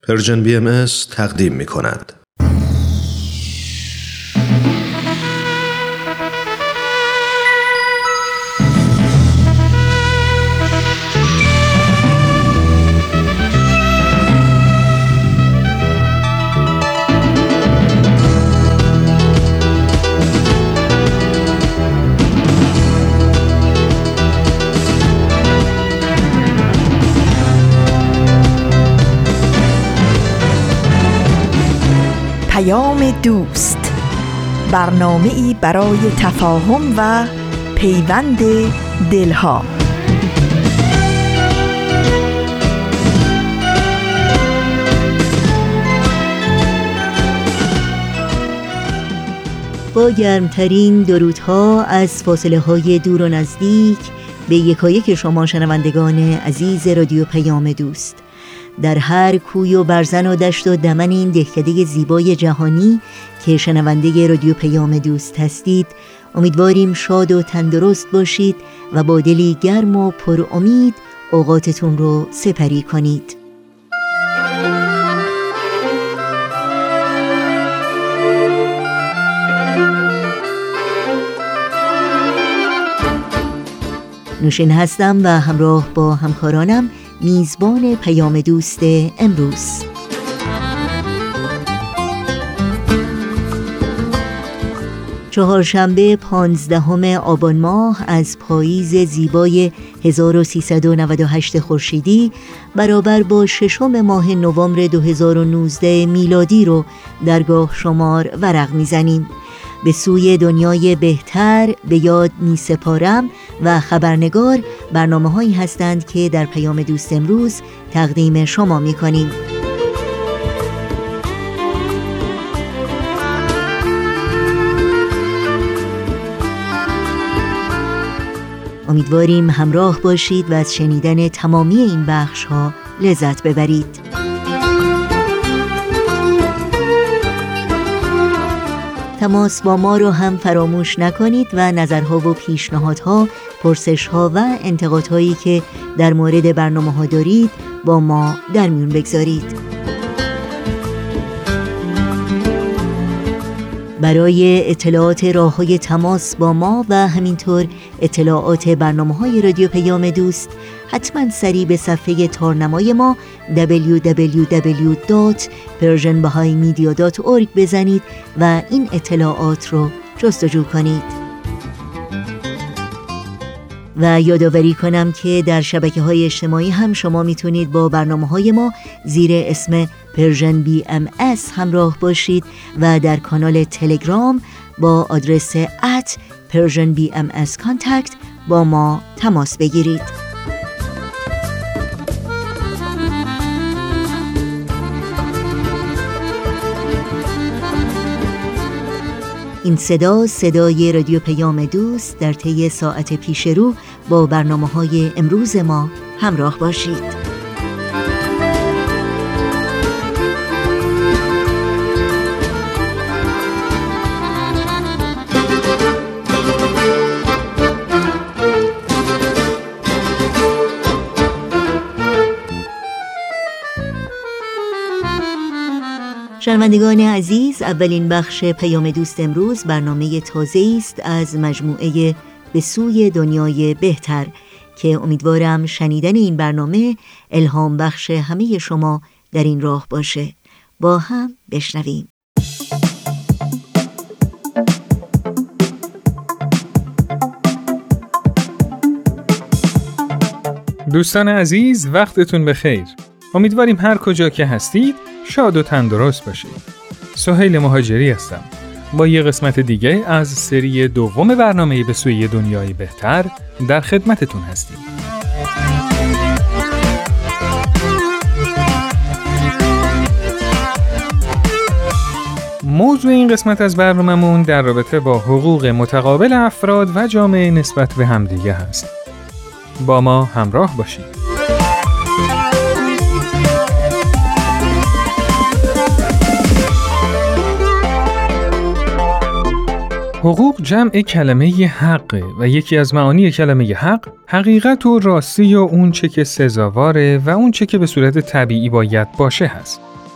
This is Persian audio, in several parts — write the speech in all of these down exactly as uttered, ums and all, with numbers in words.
پرژن بی ام اس تقدیم می کند. دوست، برنامه‌ای برای تفاهم و پیوند دلها. با گرمترین درودها از فاصله های دور و نزدیک به یکایک شما شنوندگان عزیز رادیو پیام دوست، در هر کوی و برزن و دشت و دمن این دهکده زیبای جهانی که شنونده رادیو پیام دوست هستید، امیدواریم شاد و تندرست باشید و با دلی گرم و پر امید اوقاتتون رو سپری کنید. نوشین هستم و همراه با همکارانم میزبان پیام دوست امروز. چهارشنبه پانزدهم آبان ماه از پاییز زیبای هزار و سیصد و نود و هشت خورشیدی برابر با ششم ماه نوامبر دو هزار و نوزده میلادی رو درگاه شمار ورق میزنیم. به سوی دنیای بهتر به یاد می سپارم و خبرنگار برنامه هایی هستند که در پیام دوست امروز تقدیم شما می کنیم. امیدواریم همراه باشید و از شنیدن تمامی این بخش ها لذت ببرید. تماس با ما رو هم فراموش نکنید و نظرها و پیشنهادها، پرسشها و انتقادهایی که در مورد برنامه ها دارید با ما در میون بگذارید. برای اطلاعات راههای تماس با ما و همینطور اطلاعات برنامه‌های رادیو پیام دوست حتما سری به صفحه تارنمای ما دبلیو دبلیو دبلیو دات پرژن بهایی مدیا دات اورگ بزنید و این اطلاعات رو جستجو کنید. و یادآوری کنم که در شبکه‌های اجتماعی هم شما میتونید با برنامه‌های ما زیر اسم پرژن بی ام اس همراه باشید و در کانال تلگرام با آدرس ات پرژن بی ام اس کانتکت با ما تماس بگیرید. این صدا صدای رادیو پیام دوست. در طی ساعت پیش رو با برنامه‌های امروز ما همراه باشید. شنوندگان عزیز، اولین بخش پیام دوست امروز برنامه تازه‌ای است از مجموعه به سوی دنیای بهتر که امیدوارم شنیدن این برنامه الهام بخش همه شما در این راه باشه. با هم بشنویم. دوستان عزیز، وقتتون بخیر. امیدواریم هر کجا که هستید شاد و تندرست باشید. سهیل مهاجری هستم. با یه قسمت دیگه از سری دوم برنامه به سوی دنیای بهتر در خدمتتون هستیم. موضوع این قسمت از برنامه‌مون در رابطه با حقوق متقابل افراد و جامعه نسبت به همدیگه هست. با ما همراه باشید. حقوق جمع کلمه حقه و یکی از معانی کلمه حق حقیقت و راستی و اون چه که سزاواره و اون چه که به صورت طبیعی باید باشه هست.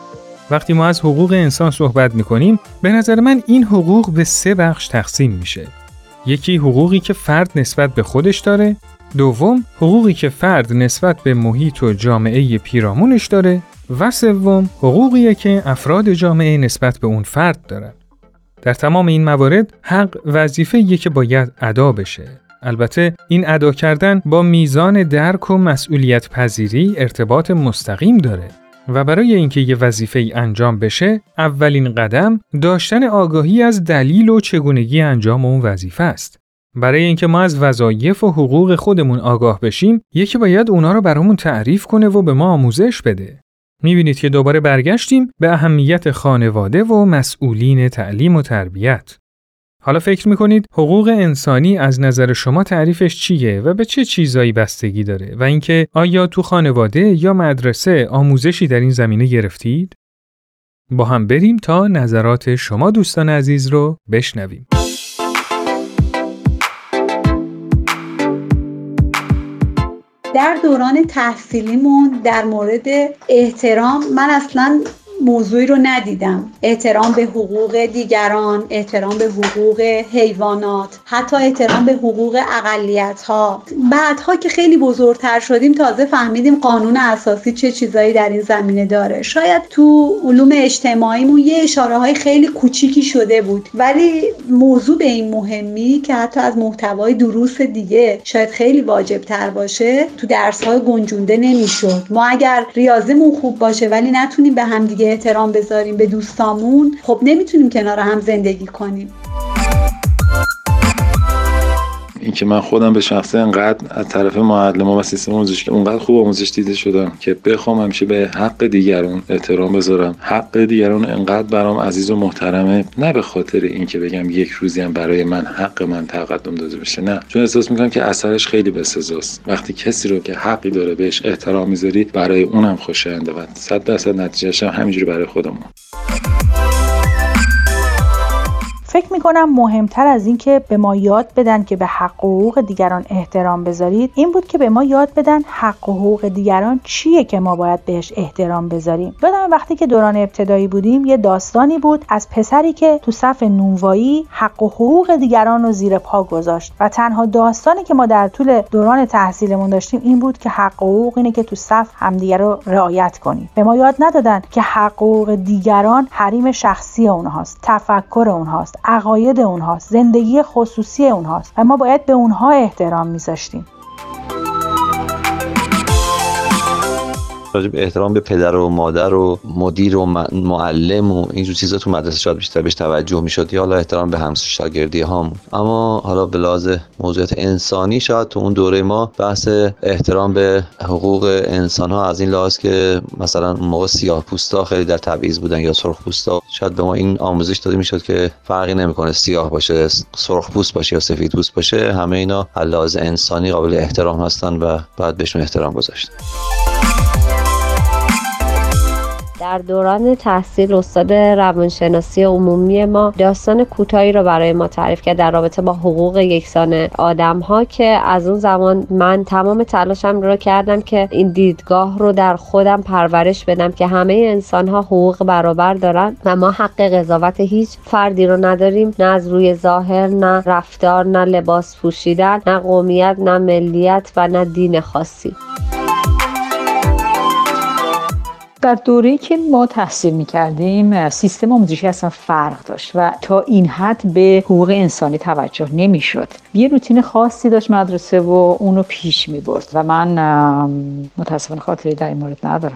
وقتی ما از حقوق انسان صحبت می‌کنیم، به نظر من این حقوق به سه بخش تقسیم میشه. یکی حقوقی که فرد نسبت به خودش داره، دوم حقوقی که فرد نسبت به محیط و جامعه پیرامونش داره و سوم حقوقیه که افراد جامعه نسبت به اون فرد دارن. در تمام این موارد حق وظیفه‌ایه که باید ادا بشه. البته این ادا کردن با میزان درک و مسئولیت پذیری ارتباط مستقیم داره و برای اینکه یه وظیفه انجام بشه، اولین قدم داشتن آگاهی از دلیل و چگونگی انجام اون وظیفه است. برای اینکه ما از وظایف و حقوق خودمون آگاه بشیم، یکی باید اونا رو برامون تعریف کنه و به ما آموزش بده. می‌بینید که دوباره برگشتیم به اهمیت خانواده و مسئولین تعلیم و تربیت. حالا فکر می‌کنید حقوق انسانی از نظر شما تعریفش چیه و به چه چیزایی بستگی داره و اینکه آیا تو خانواده یا مدرسه آموزشی در این زمینه گرفتید؟ با هم بریم تا نظرات شما دوستان عزیز رو بشنویم. در دوران تحصیلیمون در مورد احترام من اصلاً موضوعی رو ندیدم. احترام به حقوق دیگران، احترام به حقوق حیوانات، حتی احترام به حقوق اقلیت‌ها. بعدها که خیلی بزرگتر شدیم تازه فهمیدیم قانون اساسی چه چیزایی در این زمینه داره. شاید تو علوم اجتماعیمون یه اشاره‌های خیلی کوچیکی شده بود، ولی موضوع به این مهمی که حتی از محتوای دروس دیگه شاید خیلی واجب‌تر باشه تو درس‌های گنجونده نمی‌شد. ما اگر ریاضیمون خوب باشه ولی نتونیم به هم دیگه احترام بذاریم به دوستامون، خب نمیتونیم کنار هم زندگی کنیم. این که من خودم به شخصه انقدر از طرف معلم‌ها و سیستم آموزشی که اونقدر خوب آموزش دیده شدم که بخوام همیشه به حق دیگران احترام بذارم. حق دیگران انقدر برام عزیز و محترمه، نه به خاطر اینکه بگم یک روزی هم برای من حق من تقدم داده بشه، نه، چون احساس میکنم که اثرش خیلی بسزاست. وقتی کسی رو که حقی داره بهش احترام میذاری، برای اونم خوشاینده و صد درصد نتیجهش هم همینجوری برای خودمون. فکر میکنم مهمتر از این که به ما یاد بدن که به حق و حقوق دیگران احترام بذارید، این بود که به ما یاد بدن حق و حقوق دیگران چیه که ما باید بهش احترام بذاریم. یادم وقتی که دوران ابتدایی بودیم یه داستانی بود از پسری که تو صف نونوایی حق و حقوق دیگران رو زیر پا گذاشت و تنها داستانی که ما در طول دوران تحصیلمون داشتیم این بود که حق و حقوق اینه که تو صف همدیگه رو رعایت کنیم. به ما یاد ندادن که حق و حقوق دیگران حریم شخصی اونهاست، تفکر اونهاست، عقاید اونهاست، زندگی خصوصی اونهاست و ما باید به اونها احترام میذاشتیم. راجب احترام به پدر و مادر و مدیر و معلم و اینجور چیزا تو مدرسه شاید بیشتر بهش توجه میشد، یا حالا احترام به همشاگردی هامون. اما حالا به لحاظ موضوعات انسانی شاید تو اون دوره ما بحث احترام به حقوق انسان ها از این لحاظ که مثلا اون موقع سیاه‌پوستا خیلی در تبعیض بودن یا سرخپوستا، شاید به ما این آموزش داده میشد که فرقی نمیکنه سیاه باشه، سرخپوست باشه یا سفیدپوست باشه، همه اینا از لحاظ انسانی قابل احترام هستن و باید بهشون احترام گذاشت. در دوران تحصیل استاد روانشناسی عمومی ما داستان کوتاهی رو برای ما تعریف کرد در رابطه با حقوق یکسان آدم‌ها که از اون زمان من تمام تلاشم رو کردم که این دیدگاه رو در خودم پرورش بدم که همه انسان‌ها حقوق برابر دارن و ما حق قضاوت هیچ فردی رو نداریم، نه از روی ظاهر، نه رفتار، نه لباس پوشیدن، نه قومیت، نه ملیت و نه دین خاصی. در دوره‌ای که ما تحصیل می‌کردیم سیستم آموزشی اصلا فرق داشت و تا این حد به حقوق انسانی توجه نمی‌شد. یه روتین خاصی داشت مدرسه و اونو پیش می‌برد و من متأسفانه خاطری در این مورد ندارم.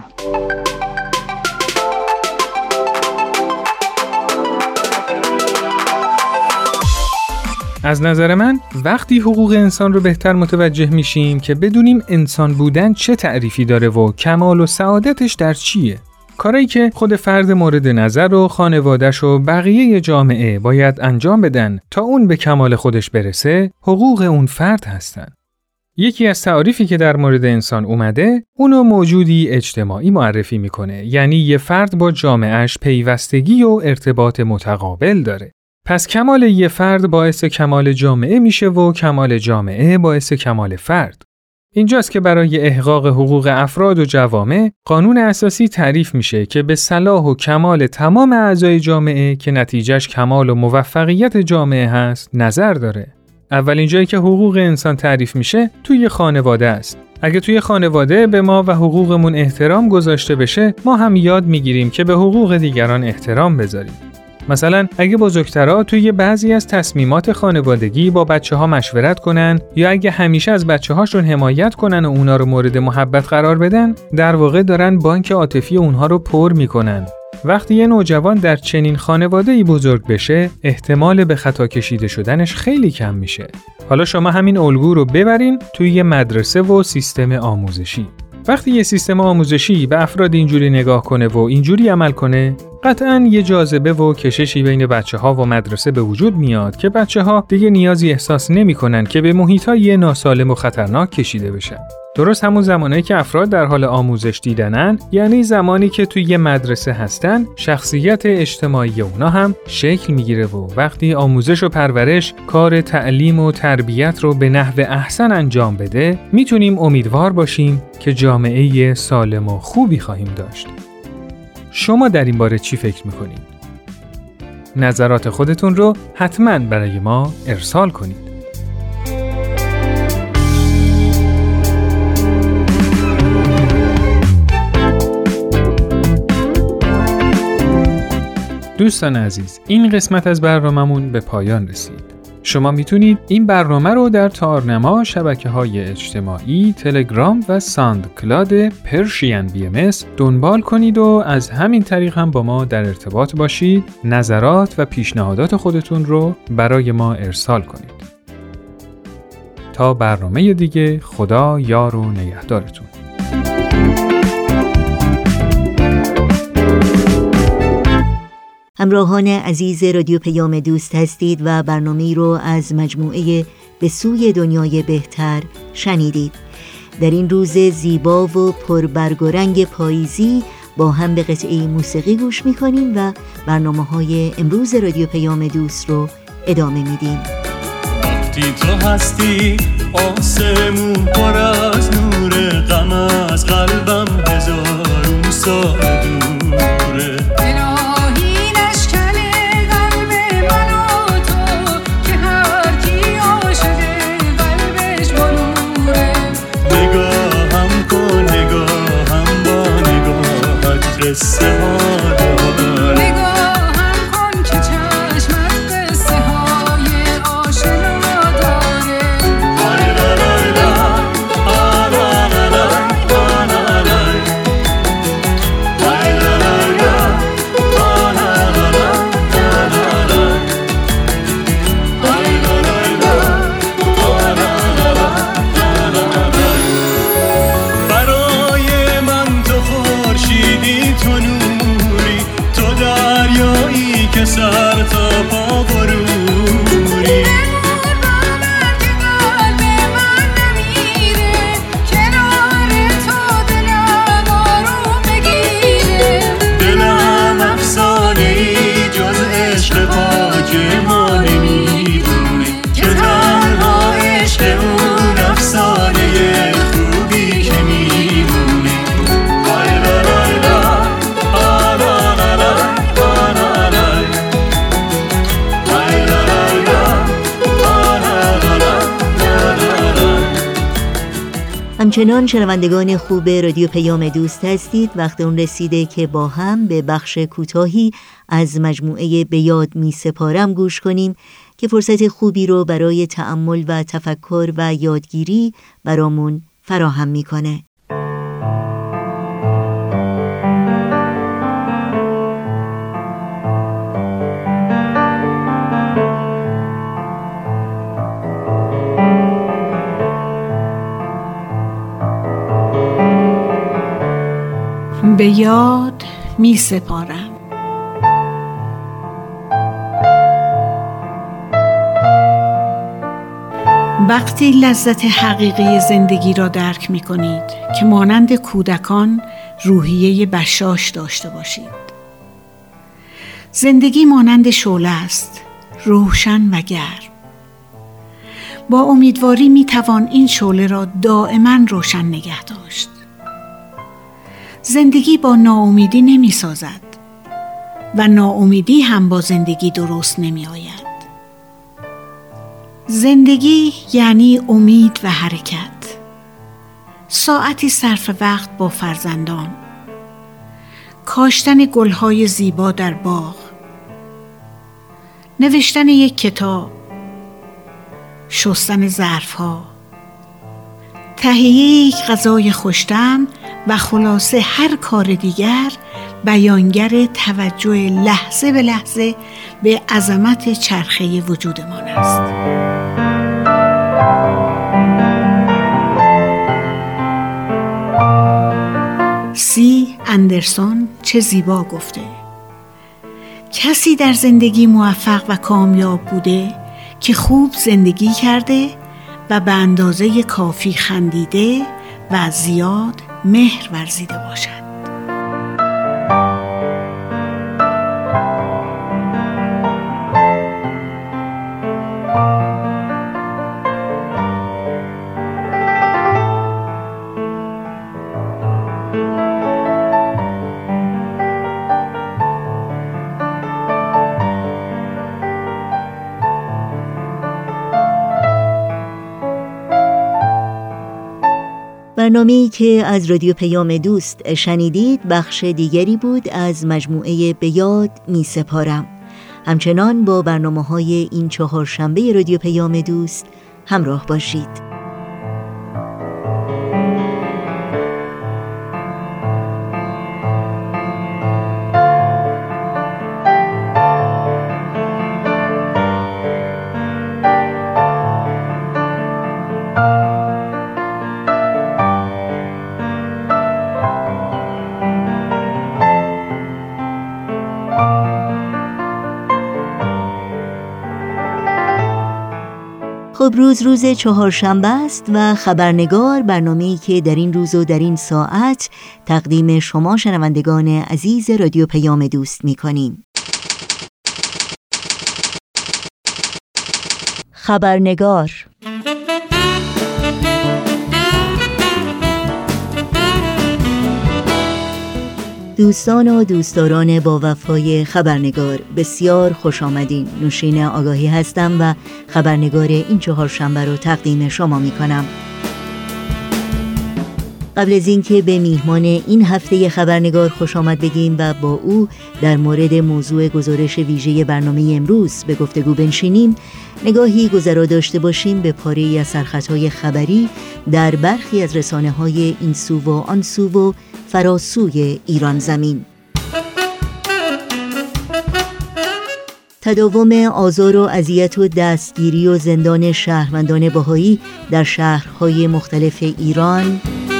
از نظر من وقتی حقوق انسان رو بهتر متوجه میشیم که بدونیم انسان بودن چه تعریفی داره و کمال و سعادتش در چیه. کارایی که خود فرد مورد نظر و خانواده‌اش و بقیه جامعه باید انجام بدن تا اون به کمال خودش برسه، حقوق اون فرد هستن. یکی از تعاریفی که در مورد انسان اومده، اونو موجودی اجتماعی معرفی میکنه، یعنی یه فرد با جامعهش پیوستگی و ارتباط متقابل داره. پس کمال یه فرد باعث کمال جامعه میشه و کمال جامعه باعث کمال فرد. اینجاست که برای احقاق حقوق افراد و جوامع قانون اساسی تعریف میشه که به صلاح و کمال تمام اعضای جامعه که نتیجهش کمال و موفقیت جامعه هست نظر داره. اولین جایی که حقوق انسان تعریف میشه توی خانواده است. اگه توی خانواده به ما و حقوقمون احترام گذاشته بشه، ما هم یاد میگیریم که به حقوق دیگران احترام بذاریم. مثلا اگه بزرگترها توی بعضی از تصمیمات خانوادگی با بچه‌ها مشورت کنن یا اگه همیشه از بچه‌هاشون حمایت کنن و اونا رو مورد محبت قرار بدن، در واقع دارن بانک عاطفی اونها رو پر میکنن. وقتی یه نوجوان در چنین خانواده‌ای بزرگ بشه، احتمال به خطا کشیده شدنش خیلی کم میشه. حالا شما همین الگو رو ببرین توی یه مدرسه و سیستم آموزشی. وقتی یه سیستم آموزشی به افراد اینجوری نگاه کنه و اینجوری عمل کنه، قطعاً یه جاذبه و کششی بین بچه‌ها و مدرسه به وجود میاد که بچه‌ها دیگه نیازی احساس نمی‌کنن که به محیطای ناسالم و خطرناک کشیده بشن. درست همون زمانی که افراد در حال آموزش دیدنن، یعنی زمانی که توی یه مدرسه هستن، شخصیت اجتماعی اونا هم شکل میگیره و وقتی آموزش و پرورش کار تعلیم و تربیت رو به نحو احسن انجام بده، میتونیم امیدوار باشیم که جامعه سالم و خوبی خواهیم داشت. شما در این باره چی فکر میکنید؟ نظرات خودتون رو حتماً برای ما ارسال کنید. دوستان عزیز، این قسمت از برنامه‌مون به پایان رسید. شما میتونید این برنامه رو در تارنما، شبکه‌های اجتماعی، تلگرام و ساند کلاد پرشین بی ام اس دنبال کنید و از همین طریق هم با ما در ارتباط باشید. نظرات و پیشنهادات خودتون رو برای ما ارسال کنید. تا برنامه دیگه، خدا یار و نگهدارتون. همراهان عزیز رادیو پیام دوست هستید و برنامه‌ای رو از مجموعه به سوی دنیای بهتر شنیدید. در این روز زیبا و پربرگ و رنگ پاییزی با هم به قطعه موسیقی گوش می‌کنیم و برنامه‌های امروز رادیو پیام دوست رو ادامه میدیم. وقتی تو هستی آسمون پر از نور، غم از قلبم هزارون سال دوره. قصه ها داره، نگاهم کن که چشمت قصه های آشنا داره. آی لا لا لا، آ لا لا لا، آ لا لا لا، آی لا لا لا، آ لا لا لا، آی لا لا لا، آ لا لا لا. برای من تو خورشیدی، تو نوری، تو دریایی که سر تا پا بروری. بمون با من که قلب من نمیره، کنار تو دلم آروم بگیره. دلم افسانه ای جز عشق پاک ما نمیدونه، که تنها عشق اون افسانه خوبی که میمونه. همچنان شنوندگان خوب رادیو پیام دوست هستید. وقت اون رسیده که با هم به بخش کوتاهی از مجموعه به یاد می سپارم گوش کنیم که فرصت خوبی رو برای تأمل و تفکر و یادگیری برامون فراهم میکنه. به یاد می سپارم. وقتی لذت حقیقی زندگی را درک می کنید که مانند کودکان روحیه بشاش داشته باشید. زندگی مانند شعله است، روشن و گرم. با امیدواری می توان این شعله را دائما روشن نگه داشت. زندگی با ناامیدی نمی سازد و ناامیدی هم با زندگی درست نمی آید. زندگی یعنی امید و حرکت. ساعتی صرف وقت با فرزندان، کاشتن گلهای زیبا در باغ، نوشتن یک کتاب، شستن ظرفها، تهیه یک غذای خوش‌طعم و خلاصه هر کار دیگر بیانگر توجه لحظه به لحظه به عظمت چرخه وجودمان است. سی اندرسون چه زیبا گفته: کسی در زندگی موفق و کامیاب بوده که خوب زندگی کرده و به اندازه کافی خندیده و زیاد مهر ورزیده باشد. برنامه‌ای که از رادیو پیام دوست شنیدید بخش دیگری بود از مجموعه به یاد می سپارم. همچنان با برنامه‌های این چهارشنبه رادیو پیام دوست همراه باشید. خب روز روز چهارشنبه است و خبرنگار، برنامه‌ای که در این روز و در این ساعت تقدیم شما شنوندگان عزیز رادیو پیام دوست می‌کنیم. خبرنگار دوستان و دوستداران با وفای خبرنگار، بسیار خوش آمدین. نوشین آگاهی هستم و خبرنگار این چهارشنبه رو تقدیم شما می کنم. قبل از اینکه به میهمان این هفته خبرنگار خوش آمد بگیم و با او در مورد موضوع گزارش ویژه برنامه امروز به گفتگو بنشینیم، نگاهی گذرا داشته باشیم به پاره‌ای از سرخطهای خبری در برخی از رسانه‌های این سو و آن سو و فراسوی ایران زمین. تداوم آزار و اذیت و دستگیری و زندان شهروندان بهایی در شهرهای مختلف ایران،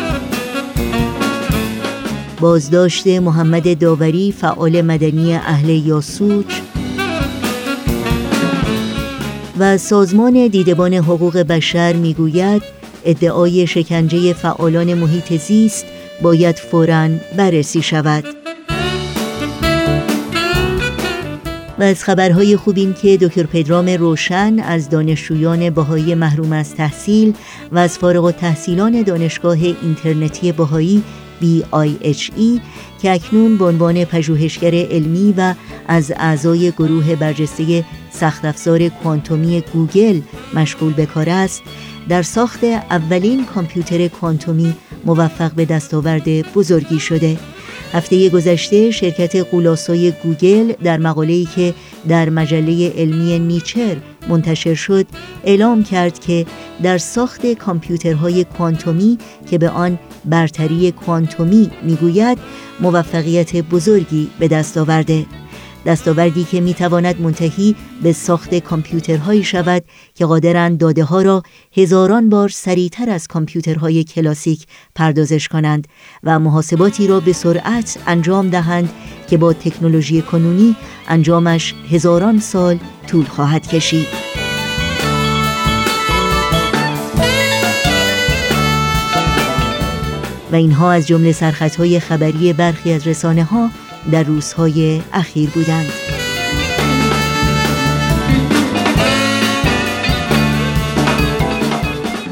بازداشت محمد داوری فعال مدنی اهل یاسوج و سازمان دیدبان حقوق بشر میگوید ادعای شکنجه فعالان محیط زیست باید فوراً بررسی شود. و از خبرهای خوب این که دکتر پدرام روشن از دانشجویان بهایی محروم از تحصیل و از فارغ التحصیلان دانشگاه اینترنتی بهایی بی آی اچ ای که اکنون به عنوان پژوهشگر علمی و از اعضای گروه برجسته سخت افزار کوانتومی گوگل مشغول به کار است، در ساخت اولین کامپیوتر کوانتومی موفق به دستاورد بزرگی شده. هفته گذشته شرکت غولاسای گوگل در مقاله‌ای که در مجله علمی نیچر منتشر شد اعلام کرد که در ساخت کامپیوترهای کوانتومی که به آن برتری کوانتومی میگوید موفقیت بزرگی به دست آورده. دستاوردی که میتواند منتهی به ساخت کامپیوترهایی شود که قادرند داده ها را هزاران بار سریعتر از کامپیوترهای کلاسیک پردازش کنند و محاسباتی را به سرعت انجام دهند که با تکنولوژی کنونی انجامش هزاران سال طول خواهد کشید. و اینها از جمله سرخطهای خبری برخی از رسانه‌ها در روزهای اخیر بودند.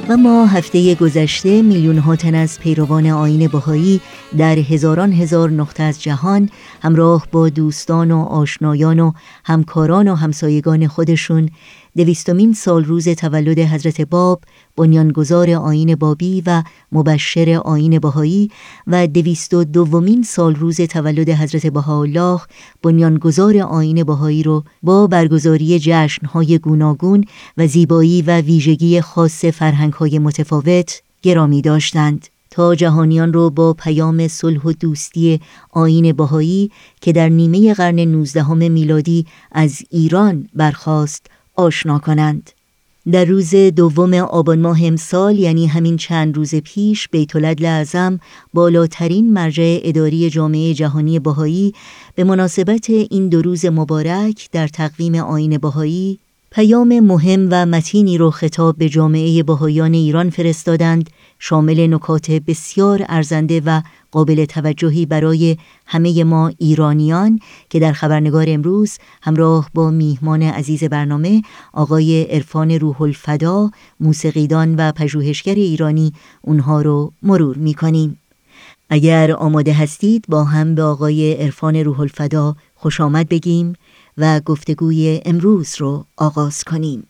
و ما هفته گذشته میلیون ها تن از پیروان آیین بهایی در هزاران هزار نقطه از جهان همراه با دوستان و آشنایان و همکاران و همسایگان خودشون دویستمین سال روز تولد حضرت باب بنیانگذار آیین بابی و مبشر آیین بهایی و دویست و دومین سال روز تولد حضرت بهاءالله بنیانگذار آیین بهایی رو با برگزاری جشن‌های گوناگون و زیبایی و ویژگی خاص فرهنگ‌های متفاوت گرامی داشتند تا جهانیان رو با پیام صلح و دوستی آیین بهایی که در نیمه قرن نوزدهم میلادی از ایران برخاست آشنا کنند. در روز دوم آبان ماه امسال، یعنی همین چند روز پیش، بیت العدل اعظم بالاترین مرجع اداری جامعه جهانی بهایی به مناسبت این دو روز مبارک در تقویم آیین بهایی پیام مهم و متینی رو خطاب به جامعه بهاییان ایران فرستادند، شامل نکات بسیار ارزنده و قابل توجهی برای همه ما ایرانیان که در خبرنگار امروز همراه با میهمان عزیز برنامه آقای عرفان روح الفدا، موسیقیدان و پژوهشگر ایرانی، اونها رو مرور می‌کنیم. اگر آماده هستید با هم به آقای عرفان روح الفدا خوش آمد بگیم و گفتگوی امروز رو آغاز کنیم.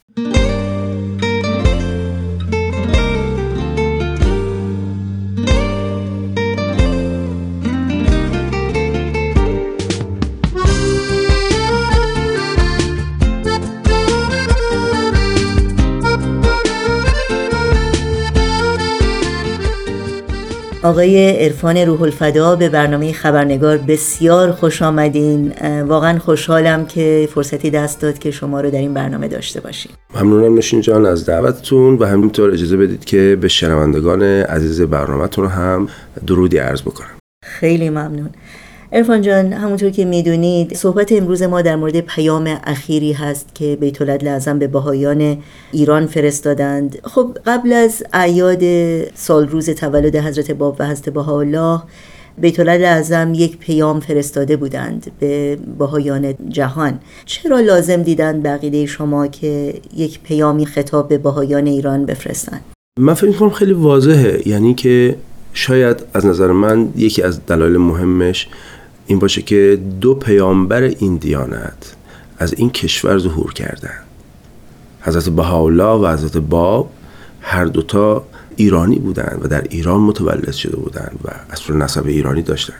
آقای عرفان روح الفدا به برنامه خبرنگار بسیار خوش آمدین. واقعا خوشحالم که فرصتی دست داد که شما رو در این برنامه داشته باشیم. ممنونم نوشین جان از دعوتتون و همینطور اجازه بدید که به شنوندگان عزیز برنامه‌تون هم درودی عرض بکنم. خیلی ممنون. عرفان جان، همونطور که میدونید صحبت امروز ما در مورد پیام اخیری هست که بیت العدل اعظم به بهاییان ایران فرستادند. خب قبل از اعیاد سال روز تولد حضرت باب و حضرت بهاءالله، بیت العدل اعظم یک پیام فرستاده بودند به بهاییان جهان. چرا لازم دیدند به عقیده شما که یک پیامی خطاب به بهاییان ایران بفرستند؟ من فکر می‌کنم خیلی واضحه، یعنی که شاید از نظر من یکی از دلایل مهمش این باشه که دو پیامبر این دیانت از این کشور ظهور کردند. حضرت بهاءالله و حضرت باب هر دوتا ایرانی بودند و در ایران متولد شده بودند و اصل نسب ایرانی داشتند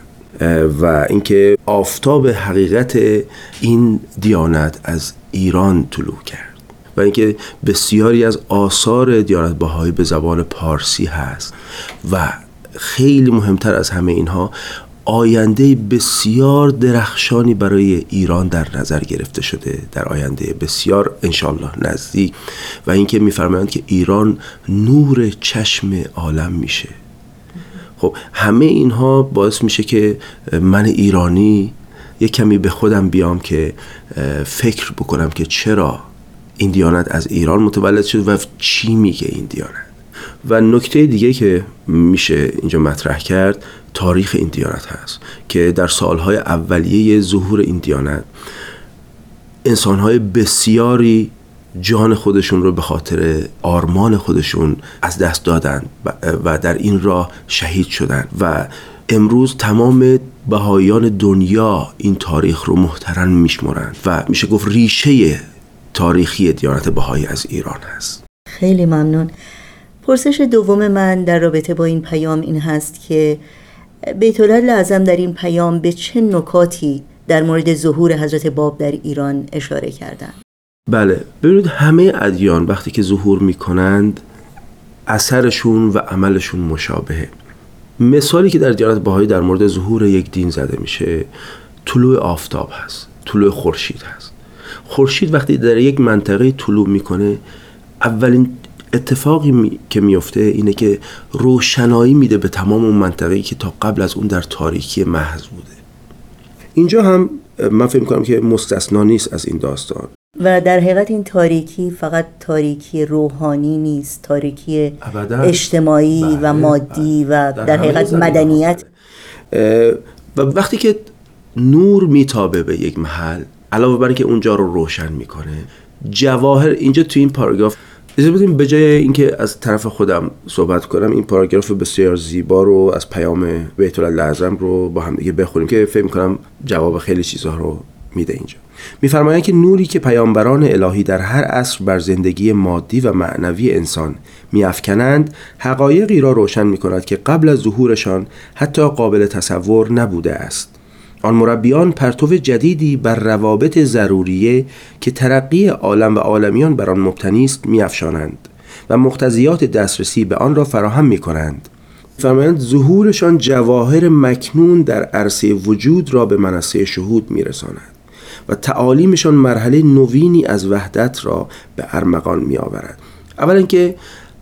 و اینکه آفتاب حقیقت این دیانت از ایران طلوع کرد و اینکه بسیاری از آثار دیانت بهایی به زبان پارسی هست و خیلی مهمتر از همه اینها آینده بسیار درخشانی برای ایران در نظر گرفته شده در آینده بسیار انشالله نزدیک و اینکه می‌فرمایند که ایران نور چشم عالم میشه. خب همه اینها باعث میشه که من ایرانی یک کمی به خودم بیام که فکر بکنم که چرا این دیانت از ایران متولد شد و چی میگه این دیانت. و نکته دیگه که میشه اینجا مطرح کرد تاریخ این دیانت هست که در سالهای اولیه ظهور این دیانت انسانهای بسیاری جان خودشون رو به خاطر آرمان خودشون از دست دادن و در این راه شهید شدن و امروز تمام بهاییان دنیا این تاریخ رو محترم میشمرند و میشه گفت ریشه تاریخی دیانت بهایی از ایران هست. خیلی ممنون. پرسش دوم من در رابطه با این پیام این هست که بیت العدل اعظم در این پیام به چه نکاتی در مورد ظهور حضرت باب در ایران اشاره کردند؟ بله، ببینید همه ادیان وقتی که ظهور میکنند اثرشون و عملشون مشابهه. مثالی که در دیانت بهایی در مورد ظهور یک دین زده میشه طلوع آفتاب هست، طلوع خورشید هست. خورشید وقتی در یک منطقه طلوع میکنه اولین اتفاقی می... که میفته اینه که روشنایی میده به تمام اون منطقه‌ای که تا قبل از اون در تاریکی محض بوده. اینجا هم من فکر می‌کنم که مستثنا نیست از این داستان. و در حقیقت این تاریکی فقط تاریکی روحانی نیست، تاریکی ابدا. اجتماعی بله. و مادی بله. و در, در حقیقت مدنیت. و وقتی که نور میتابه به یک محل، علاوه بر اینکه اونجا رو روشن میکنه، جواهر، اینجا تو این پاراگراف اجازه بدیم به جای اینکه از طرف خودم صحبت کنم این پاراگراف بسیار زیبا رو از پیام بیت الاعظم رو با هم دیگه بخونیم که فکر می‌کنم جواب خیلی چیزها رو میده. اینجا می‌فرمایند که نوری که پیامبران الهی در هر عصر بر زندگی مادی و معنوی انسان می‌افکنند حقایقی را روشن می‌کند که قبل از ظهورشان حتی قابل تصور نبوده است. آن مربیان پرتو جدیدی بر روابط ضروریه که ترقی عالم و عالمیان بر آن مبتنی است می‌افشانند و مقتضیات دسترسی به آن را فراهم می‌کنند. فرمایند ظهورشان جواهر مکنون در عرصه وجود را به منصه شهود می‌رساند و تعالیمشان مرحله نوینی از وحدت را به ارمغان می‌آورد. اولا که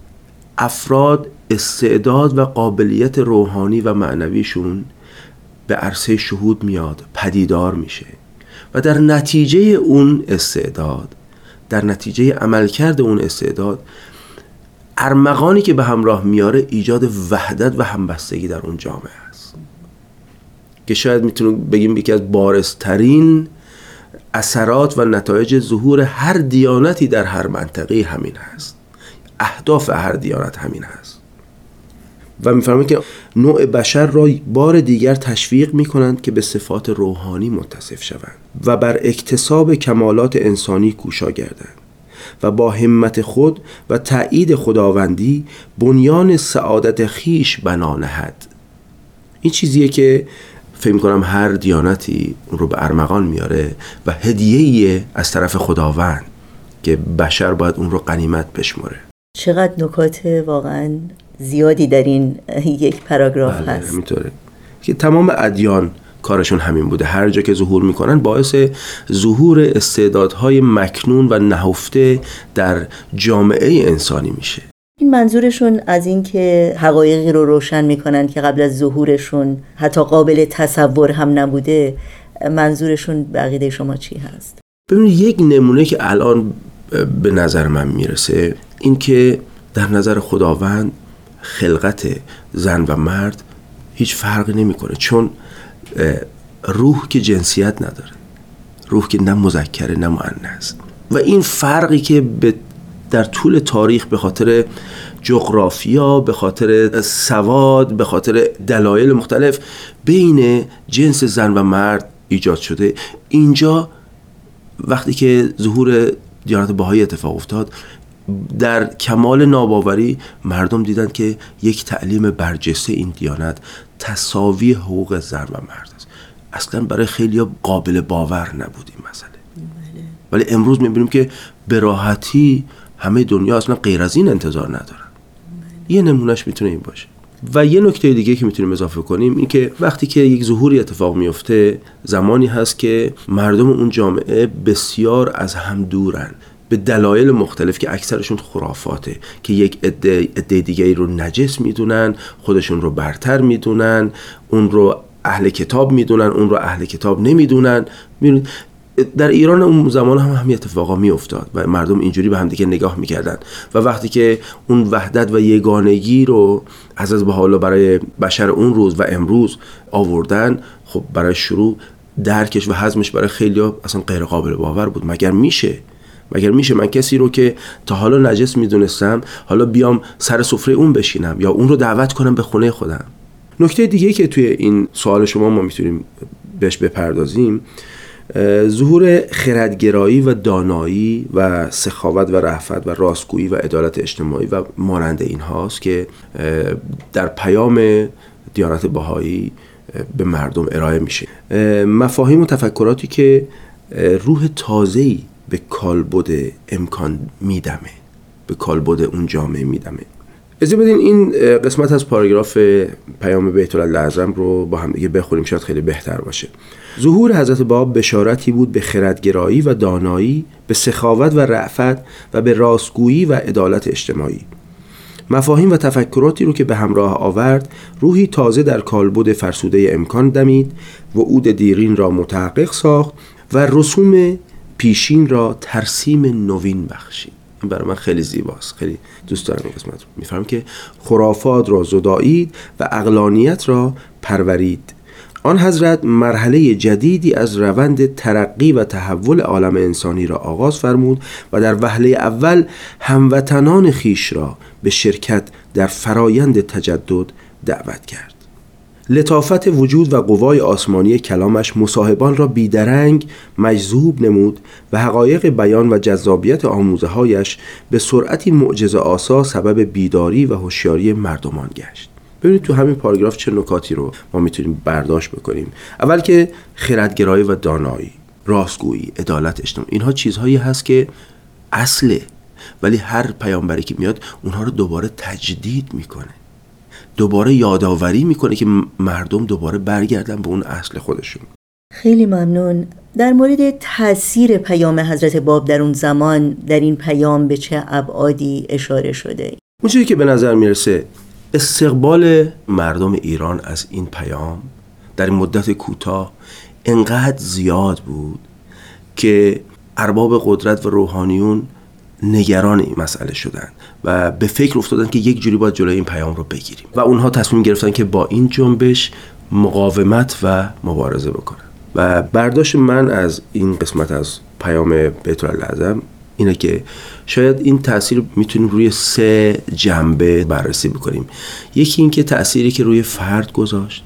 افراد استعداد و قابلیت روحانی و معنویشون به عرصه شهود میاد، پدیدار میشه و در نتیجه اون استعداد، در نتیجه عملکرد اون استعداد، ارمغانی که به همراه میاره ایجاد وحدت و همبستگی در اون جامعه است که شاید میتونیم بگیم یکی از بارزترین اثرات و نتایج ظهور هر دیانتی در هر منطقه همین هست. اهداف هر دیانت همین هست و میفرمایند که نوع بشر را بار دیگر تشویق میکنند که به صفات روحانی متصف شوند و بر اکتساب کمالات انسانی کوشا گردند و با همت خود و تأیید خداوندی بنیان سعادت خیش بنا نهد. این چیزیه که فکر میکنم هر دیانتی اون رو به ارمغان میاره و هدیه‌ای از طرف خداوند که بشر باید اون رو غنیمت بشماره. چقدر نکات واقعا زیادی در این یک پاراگراف بله، هست. همینطوره که تمام ادیان کارشون همین بوده. هر جا که ظهور میکنن باعث ظهور استعدادهای مکنون و نهفته در جامعه انسانی میشه. این منظورشون از این که حقایقی رو روشن میکنن که قبل از ظهورشون حتی قابل تصور هم نبوده، منظورشون به عقیده شما چی هست؟ ببینید یک نمونه که الان به نظر من میرسه این که در نظر خداوند خلقت زن و مرد هیچ فرقی نمیکنه، چون روح که جنسیت نداره، روح که نه مذکره نه مؤنث و این فرقی که به در طول تاریخ به خاطر جغرافیا، به خاطر سواد، به خاطر دلایل مختلف بین جنس زن و مرد ایجاد شده، اینجا وقتی که ظهور دیانت بهایی اتفاق افتاد در کمال ناباوری مردم دیدن که یک تعلیم برجسته این دیانت تساوی حقوق زن و مرد است. اصلا برای خیلی قابل باور نبود این مسئله، ولی امروز میبینیم که به راحتی همه دنیا اصلا غیر از این انتظار ندارن. یه نمونهش میتونه این باشه. و یه نکته دیگه که میتونیم اضافه کنیم این که وقتی که یک ظهوری اتفاق میفته زمانی هست که مردم اون جامعه بسیار از هم دورن به دلایل مختلف که اکثرشون خرافاته، که یک عده عده دیگه‌ای رو نجس میدونن، خودشون رو برتر میدونن، اون رو اهل کتاب میدونن، اون رو اهل کتاب نمیدونن. میدونید در ایران اون زمان هم همین اتفاقا میافتاد و مردم اینجوری به هم دیگه نگاه میکردن و وقتی که اون وحدت و یگانگی رو حضرت بهاءالله برای بشر اون روز و امروز آوردن، خب برای شروع درکش و هضمش برای خیلی‌ها اصلا غیر قابل باور بود. مگر میشه مگر میشه من کسی رو که تا حالا نجس میدونستم حالا بیام سر سفره اون بشینم یا اون رو دعوت کنم به خونه خودم؟ نکته دیگه که توی این سوال شما ما میتونیم بهش بپردازیم ظهور خردگرایی و دانایی و سخاوت و رأفت و راستگویی و عدالت اجتماعی و مانند این هاست که در پیام دیانت بهایی به مردم ارائه میشه. مفاهیم و تفکراتی که روح تازه‌ای به کالبد امکان میدمه، به کالبد اون جامعه میدمه. اجازه بدین این قسمت از پاراگراف پیام بیت الاعظم رو با هم دیگه بخونیم، شاید خیلی بهتر باشه. ظهور حضرت باب بشارتی بود به خردگرایی و دانایی، به سخاوت و رأفت و به راستگویی و عدالت اجتماعی. مفاهیم و تفکراتی رو که به همراه آورد روحی تازه در کالبد فرسوده امکان دمید، وعود دیرین را متحقق ساخت و رسوم پیشین را ترسیم نوین بخشید. این برای من خیلی زیباست، خیلی دوست دارم این قسمت رو. میفهمم که خرافات را زدایید و عقلانیت را پرورید. آن حضرت مرحله جدیدی از روند ترقی و تحول عالم انسانی را آغاز فرمود و در وهله اول هموطنان خیش را به شرکت در فرایند تجدد دعوت کرد. لطافت وجود و قوای آسمانی کلامش مصاحبان را بیدرنگ مجذوب نمود و حقایق بیان و جذابیت آموزه‌هایش به سرعتی معجزه آسا سبب بیداری و هوشیاری مردمان گشت. ببینید تو همین پاراگراف چه نکاتی رو ما میتونیم برداشت بکنیم. اول که خردگرایی و دانایی، راستگویی، عدالت اجتماعی، اینها چیزهایی هست که اصله، ولی هر پیامبری که میاد اونها رو دوباره تجدید میکنه، دوباره یادآوری میکنه که مردم دوباره برگردن به اون اصل خودشون. خیلی ممنون. در مورد تأثیر پیام حضرت باب در اون زمان در این پیام به چه ابعادی اشاره شده؟ اون چیزی که به نظر میرسه استقبال مردم ایران از این پیام در این مدت کوتاه انقدر زیاد بود که ارباب قدرت و روحانیون نگران این مسئله شدن و به فکر افتادن که یک جوری باید جلوی این پیام رو بگیریم و اونها تصمیم گرفتن که با این جنبش مقاومت و مبارزه بکنن. و برداشت من از این قسمت از پیام بیت العظم اینه که شاید این تأثیر میتونیم روی سه جنبه بررسی بکنیم. یکی این که تأثیری که روی فرد گذاشت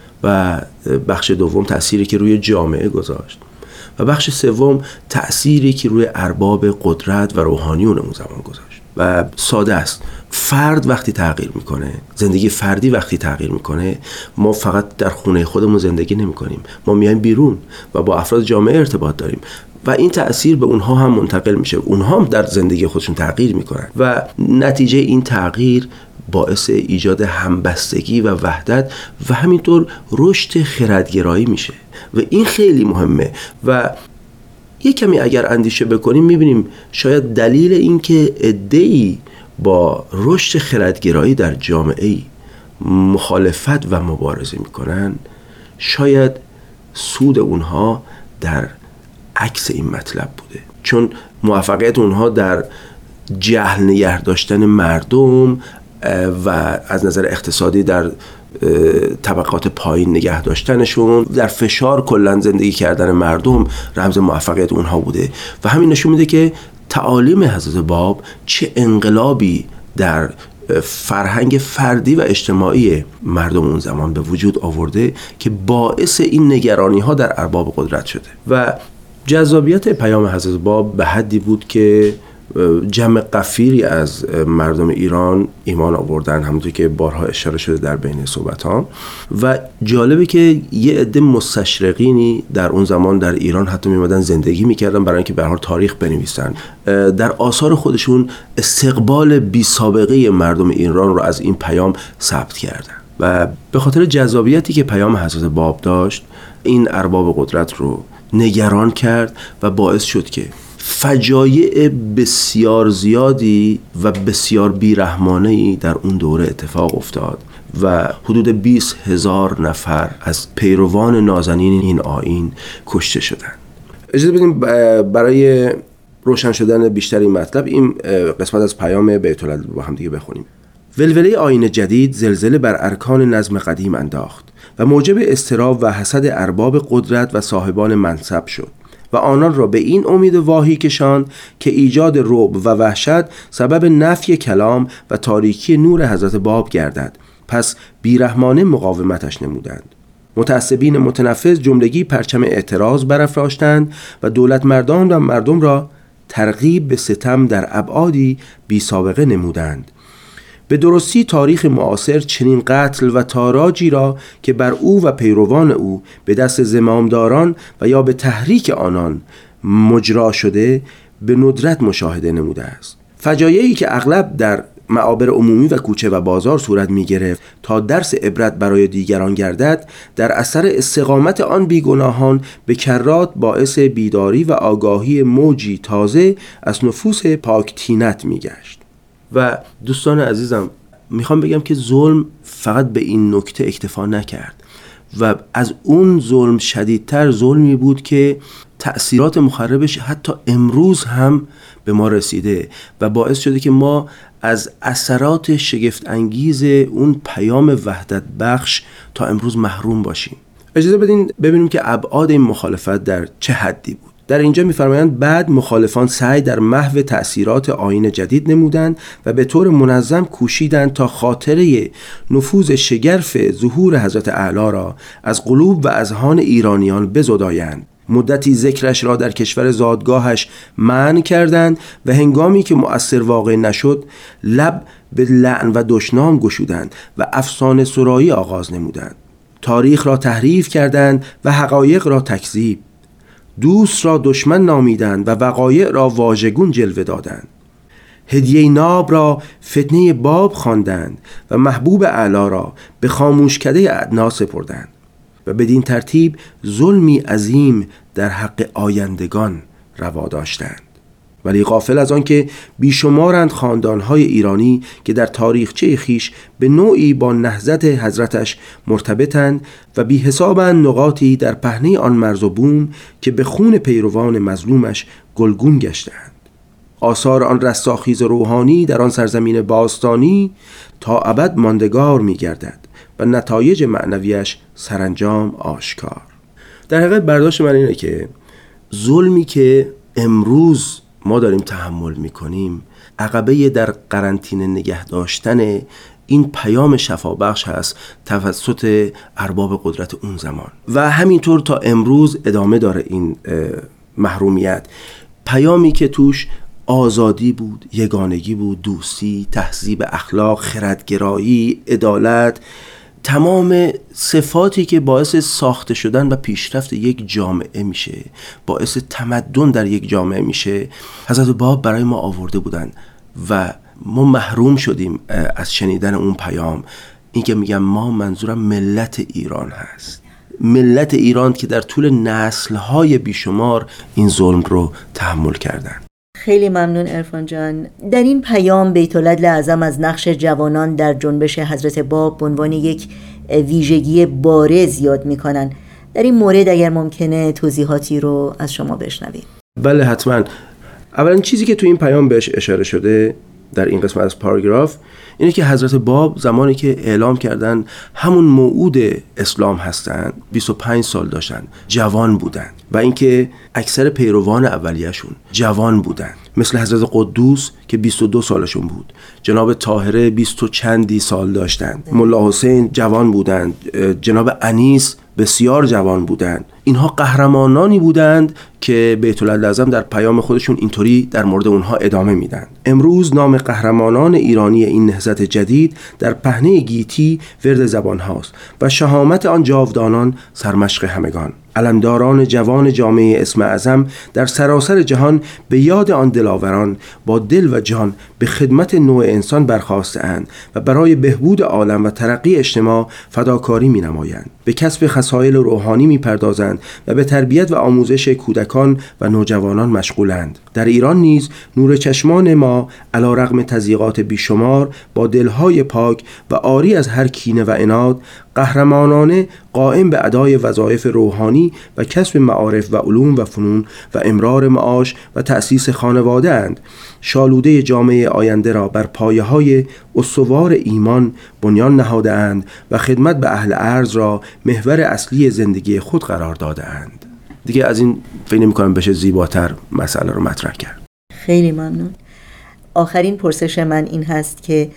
و بخش دوم تأثیری که روی جامعه گذاشت و بخش سوم تأثیری که روی ارباب قدرت و روحانیون اون زمان گذاشت. و ساده است، فرد وقتی تغییر میکنه، زندگی فردی وقتی تغییر میکنه، ما فقط در خونه خودمون زندگی نمی کنیم، ما میایم بیرون و با افراد جامعه ارتباط داریم و این تأثیر به اونها هم منتقل میشه، اونها هم در زندگی خودشون تغییر میکنن و نتیجه این تغییر باعث ایجاد همبستگی و وحدت و همینطور رشد خردگرایی میشه و این خیلی مهمه. و یک کمی اگر اندیشه بکنیم میبینیم شاید دلیل این که عده‌ای با رشد خردگرایی در جامعه مخالفت و مبارزه میکنن، شاید سود اونها در عکس این مطلب بوده، چون موفقیت اونها در جهل نگه داشتن مردم و از نظر اقتصادی در طبقات پایین نگه داشتنشون، در فشار کلن زندگی کردن مردم رمز موفقیت اونها بوده و همین نشون میده که تعالیم حضرت باب چه انقلابی در فرهنگ فردی و اجتماعی مردم اون زمان به وجود آورده که باعث این نگرانی ها در ارباب قدرت شده. و جذابیت پیام حضرت باب به حدی بود که جمع غفیری از مردم ایران ایمان آوردن، همونطور که بارها اشاره شده در بین صحبت ها. و جالبه که یه عده مستشرقینی در اون زمان در ایران حتی میمدن زندگی میکردن برای اینکه به هر حال تاریخ بنویسن، در آثار خودشون استقبال بی سابقه مردم ایران رو از این پیام ثبت کردن و به خاطر جذابیتی که پیام حضرت باب داشت این ارباب قدرت رو نگران کرد و باعث شد که فجایع بسیار زیادی و بسیار بیرحمانه‌ای در اون دوره اتفاق افتاد و حدود بیست هزار نفر از پیروان نازنین این آیین کشته شدند. اجازه بدیم برای روشن شدن بیشتر این مطلب این قسمت از پیام بیت العظم با هم دیگه بخونیم. ولوله آیین جدید زلزله بر ارکان نظم قدیم انداخت و موجب اضطراب و حسد ارباب قدرت و صاحبان منصب شد و آنان را به این امید واهی کشاند که ایجاد رعب و وحشت سبب نفی کلام و تاریکی نور حضرت باب گردد. پس بیرحمانه مقاومتش نمودند. متعصبین متنفذ جملگی پرچم اعتراض برافراشتند و دولت مردان و مردم را ترغیب به ستم در ابعادی بی سابقه نمودند. به درستی تاریخ معاصر چنین قتل و تاراجی را که بر او و پیروان او به دست زمامداران و یا به تحریک آنان مجرا شده به ندرت مشاهده نموده است. فجایعی که اغلب در معابر عمومی و کوچه و بازار صورت می گرفت تا درس عبرت برای دیگران گردد، در اثر استقامت آن بیگناهان به کرات باعث بیداری و آگاهی موجی تازه از نفوس پاک طینت می گشت. و دوستان عزیزم میخوام بگم که ظلم فقط به این نکته اکتفا نکرد و از اون ظلم شدیدتر ظلمی بود که تأثیرات مخربش حتی امروز هم به ما رسیده و باعث شده که ما از اثرات شگفت انگیز اون پیام وحدت بخش تا امروز محروم باشیم اجازه بدین ببینیم که ابعاد این مخالفت در چه حدی بود. در اینجا می‌فرمایند بعد مخالفان سعی در محو تأثیرات آیین جدید نمودند و به طور منظم کوشیدند تا خاطره نفوذ شگرف ظهور حضرت اعلی را از قلوب و اذهان ایرانیان بزدایند. مدتی ذکرش را در کشور زادگاهش منع کردند و هنگامی که مؤثر واقع نشد لب به لعن و دشنام گشودند و افسانه سرایی آغاز نمودند. تاریخ را تحریف کردند و حقایق را تکذیب. دوست را دشمن نامیدند و وقایع را واژگون جلوه دادند. هدیه ناب را فتنه باب خواندند و محبوب اعلی را به خاموشکده ادنا سپردند و بدین ترتیب ظلمی عظیم در حق آیندگان روا داشتند. ولی غافل از آن که بیشمارند خاندانهای ایرانی که در تاریخچه خیش به نوعی با نهضت حضرتش مرتبطند و بی حسابند نقاطی در پهنه آن مرز و بوم که به خون پیروان مظلومش گلگون گشتند. آثار آن رستاخیز روحانی در آن سرزمین باستانی تا ابد ماندگار می گردد و نتایج معنویش سرانجام آشکار. در حقیقت برداشت من اینه که ظلمی که امروز ما داریم تحمل میکنیم عقبه در قرنطینه نگه داشتن این پیام شفابخش هست توسط ارباب قدرت اون زمان و همینطور تا امروز ادامه داره این محرومیت. پیامی که توش آزادی بود، یگانگی بود، دوستی، تهذیب اخلاق، خردگرایی، عدالت، تمام صفاتی که باعث ساخته شدن و پیشرفت یک جامعه میشه، باعث تمدن در یک جامعه میشه، حضرت باب برای ما آورده بودن و ما محروم شدیم از شنیدن اون پیام. این که میگم ما، منظورم ملت ایران هست، ملت ایران که در طول نسل‌های بیشمار این ظلم رو تحمل کردن. خیلی ممنون عرفان جان. در این پیام بیت العدل اعظم از نقش جوانان در جنبش حضرت باب به عنوان یک ویژگی بارز یاد میکنن. در این مورد اگر ممکنه توضیحاتی رو از شما بشنویم. بله حتما. اولا چیزی که تو این پیام بهش اشاره شده در این قسمت از پاراگراف اینه که حضرت باب زمانی که اعلام کردن همون موعود اسلام هستن، بیست و پنج سال داشتن، جوان بودن و اینکه اکثر پیروان اولیه‌شون جوان بودن، مثل حضرت قدوس که بیست و دو سالشون بود، جناب طاهره بیست و چندی سال داشتن، ملا حسین جوان بودند، جناب انیس بسیار جوان بودند. اینها قهرمانانی بودند که بیت العدل اعظم در پیام خودشون اینطوری در مورد اونها ادامه میدن. امروز نام قهرمانان ایرانی این نهضت جدید در پهنه گیتی ورد زبان هاست و شهامت آن جاودانان سرمشق همگان. علمداران جوان جامعه اسم اعظم در سراسر جهان به یاد آن دلاوران با دل و جان به خدمت نوع انسان برخاسته‌اند و برای بهبود عالم و ترقی اجتماع فداکاری می‌نمایند. به کسب خصایل روحانی می‌پردازند و به تربیت و آموزش کودکان و نوجوانان مشغولند. در ایران نیز نور چشمان ما علی رغم تضییقات بیشمار با دلهای پاک و عاری از هر کینه و عناد قهرمانانه قائم به ادای وظایف روحانی و کسب معارف و علوم و فنون و امرار معاش و تأسیس خانواده اند. شالوده جامعه آینده را بر پایه های استوار ایمان بنیان نهاده اند و خدمت به اهل ارض را محور اصلی زندگی خود قرار داده اند. دیگه از این فکر نمی‌کنم بشه زیباتر مسئله رو مطرح کرد. خیلی ممنون. آخرین پرسش من این هست که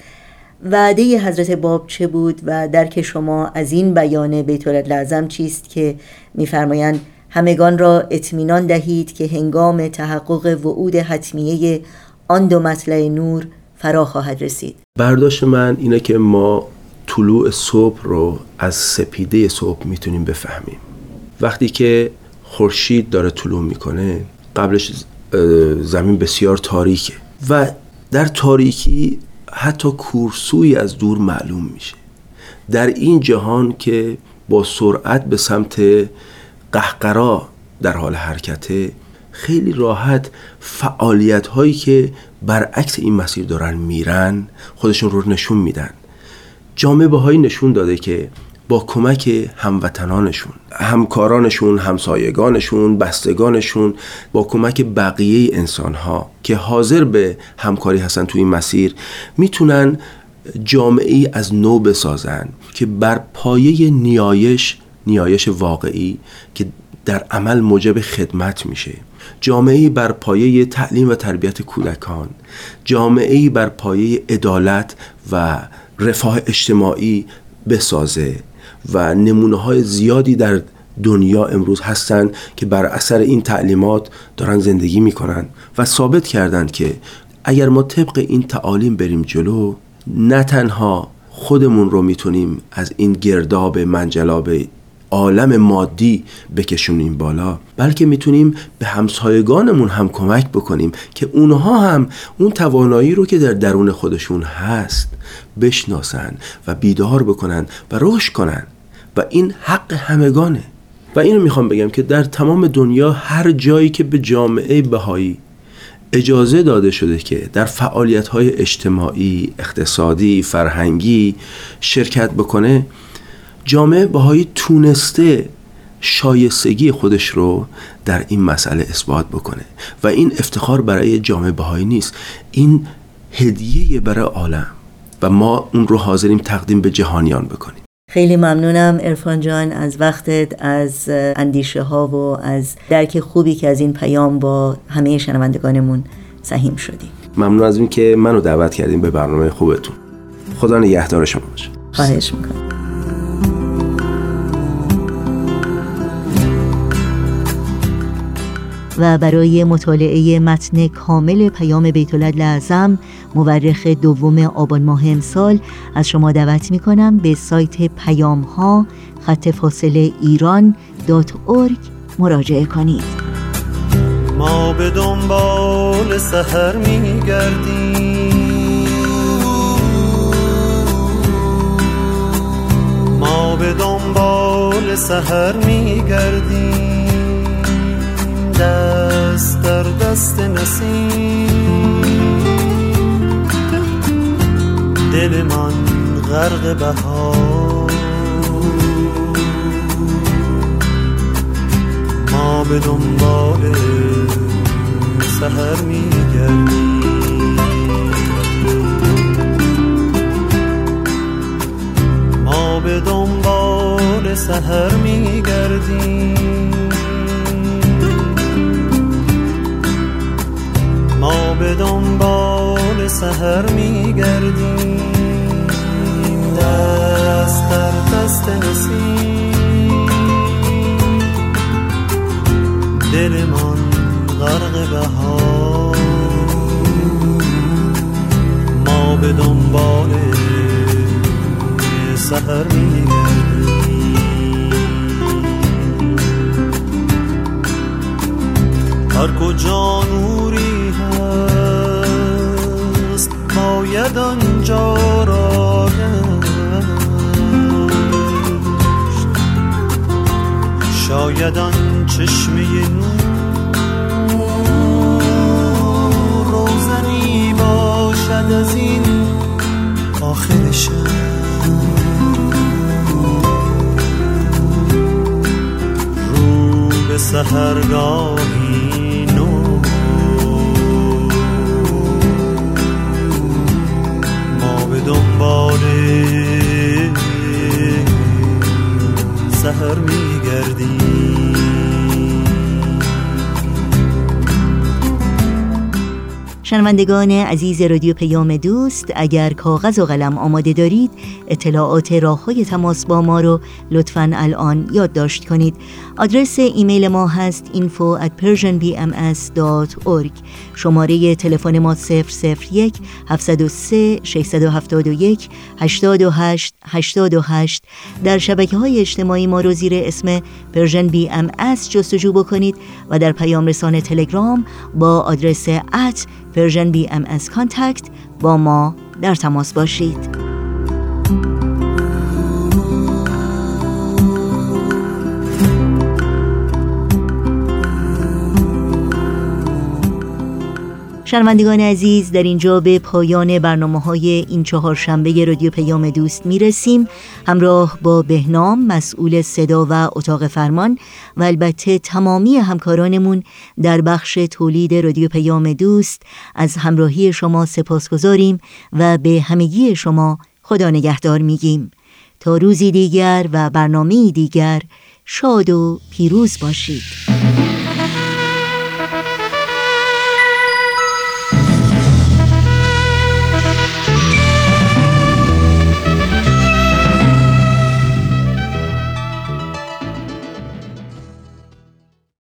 وعده حضرت باب چه بود و درک شما از این بیان بیت العدل اعظم چیست که می‌فرمایند همگان را اطمینان دهید که هنگام تحقق وعود حتمیه آن دو مطلع نور فرا خواهد رسید؟ برداشت من اینه که ما طلوع صبح رو از سپیده صبح میتونیم بفهمیم. وقتی که خورشید داره طلوع میکنه قبلش زمین بسیار تاریکه و در تاریکی حتی کورسویی از دور معلوم میشه. در این جهان که با سرعت به سمت قهقرا در حال حرکته، خیلی راحت فعالیت هایی که برعکس این مسیر دارن میرن خودشون رو نشون میدن. جامعه بهایی نشون داده که با کمک هموطنانشون، همکارانشون، همسایگانشون، بستگانشون، با کمک بقیه انسانها که حاضر به همکاری هستن تو این مسیر، میتونن جامعه‌ای از نو بسازن که بر پایه نیایش نیایش واقعی که در عمل موجب خدمت میشه، جامعه‌ای بر پایه تعلیم و تربیت کودکان، جامعه‌ای بر پایه عدالت و رفاه اجتماعی بسازه و نمونه‌های زیادی در دنیا امروز هستن که بر اثر این تعلیمات دارن زندگی میکنن و ثابت کردن که اگر ما طبق این تعالیم بریم جلو، نه تنها خودمون رو میتونیم از این گرداب منجلاب عالم مادی بکشونیم بالا، بلکه میتونیم به همسایگانمون هم کمک بکنیم که اونها هم اون توانایی رو که در درون خودشون هست بشناسن و بیدار بکنن و رشد کنن و این حق همگانه. و اینو میخوام بگم که در تمام دنیا هر جایی که به جامعه بهایی اجازه داده شده که در فعالیت‌های اجتماعی، اقتصادی، فرهنگی شرکت بکنه، جامعه بهایی تونسته شایستگی خودش رو در این مسئله اثبات بکنه و این افتخار برای جامعه بهایی نیست، این هدیه برای عالم و ما اون رو حاضریم تقدیم به جهانیان بکنیم. خیلی ممنونم عرفان جان از وقتت، از اندیشه ها و از درک خوبی که از این پیام با همه شنوندگانمون سهیم شدیم. ممنون از این که منو دعوت کردیم به برنامه خوبتون. خدا نگهدار شما باشه. خواهش میکنم. و برای مطالعه متن کامل پیام بیت العدل اعظم مورخ دوم آبان ماه امسال از شما دعوت می کنم به سایت پیام ها خط فاصله ایران دات اورگ مراجعه کنید. ما به دنبال سحر می گردیم، ما به دنبال سحر می گردیم، دست در دست نسیم، دل من غرق بهار، ما به دنبال سحر میگردیم، ما به دنبال سحر میگردیم، ما به دنبال سحر میگردیم، دست در دست نسیم، دل من غرق بهار، ما به دنبال سحر میگردیم. هر کجا نوری هست باید آنجا را گشت، شاید آن چشمه نور روزنی باشد از این آخر شب، رو به سحرگاهی نو، ما به دنبال سحر میگردیم. شنوندگان عزیز رادیو پیام دوست، اگر کاغذ و قلم آماده دارید اطلاعات راه‌های تماس با ما رو لطفاً الان یادداشت کنید. آدرس ایمیل ما هست info at persianbms dot org. شماره تلفن ما صفر صفر یک هفت صفر سه شش هفت یک هشت هشت هشت هشت. در شبکه‌های اجتماعی ما رو زیر اسم پرژن بی ام اس جستجو بکنید و در پیام رسان تلگرام با آدرس ات پرژن بی ام اس کانتکت با ما در تماس باشید. شنوندگان عزیز، در اینجا به پایان برنامه‌های این چهارشنبه رادیو پیام دوست میرسیم. همراه با بهنام مسئول صدا و اتاق فرمان و البته تمامی همکارانمون در بخش تولید رادیو پیام دوست از همراهی شما سپاسگزاریم و به همگی شما خدا نگهدار میگیم. تا روزی دیگر و برنامه‌ای دیگر شاد و پیروز باشید.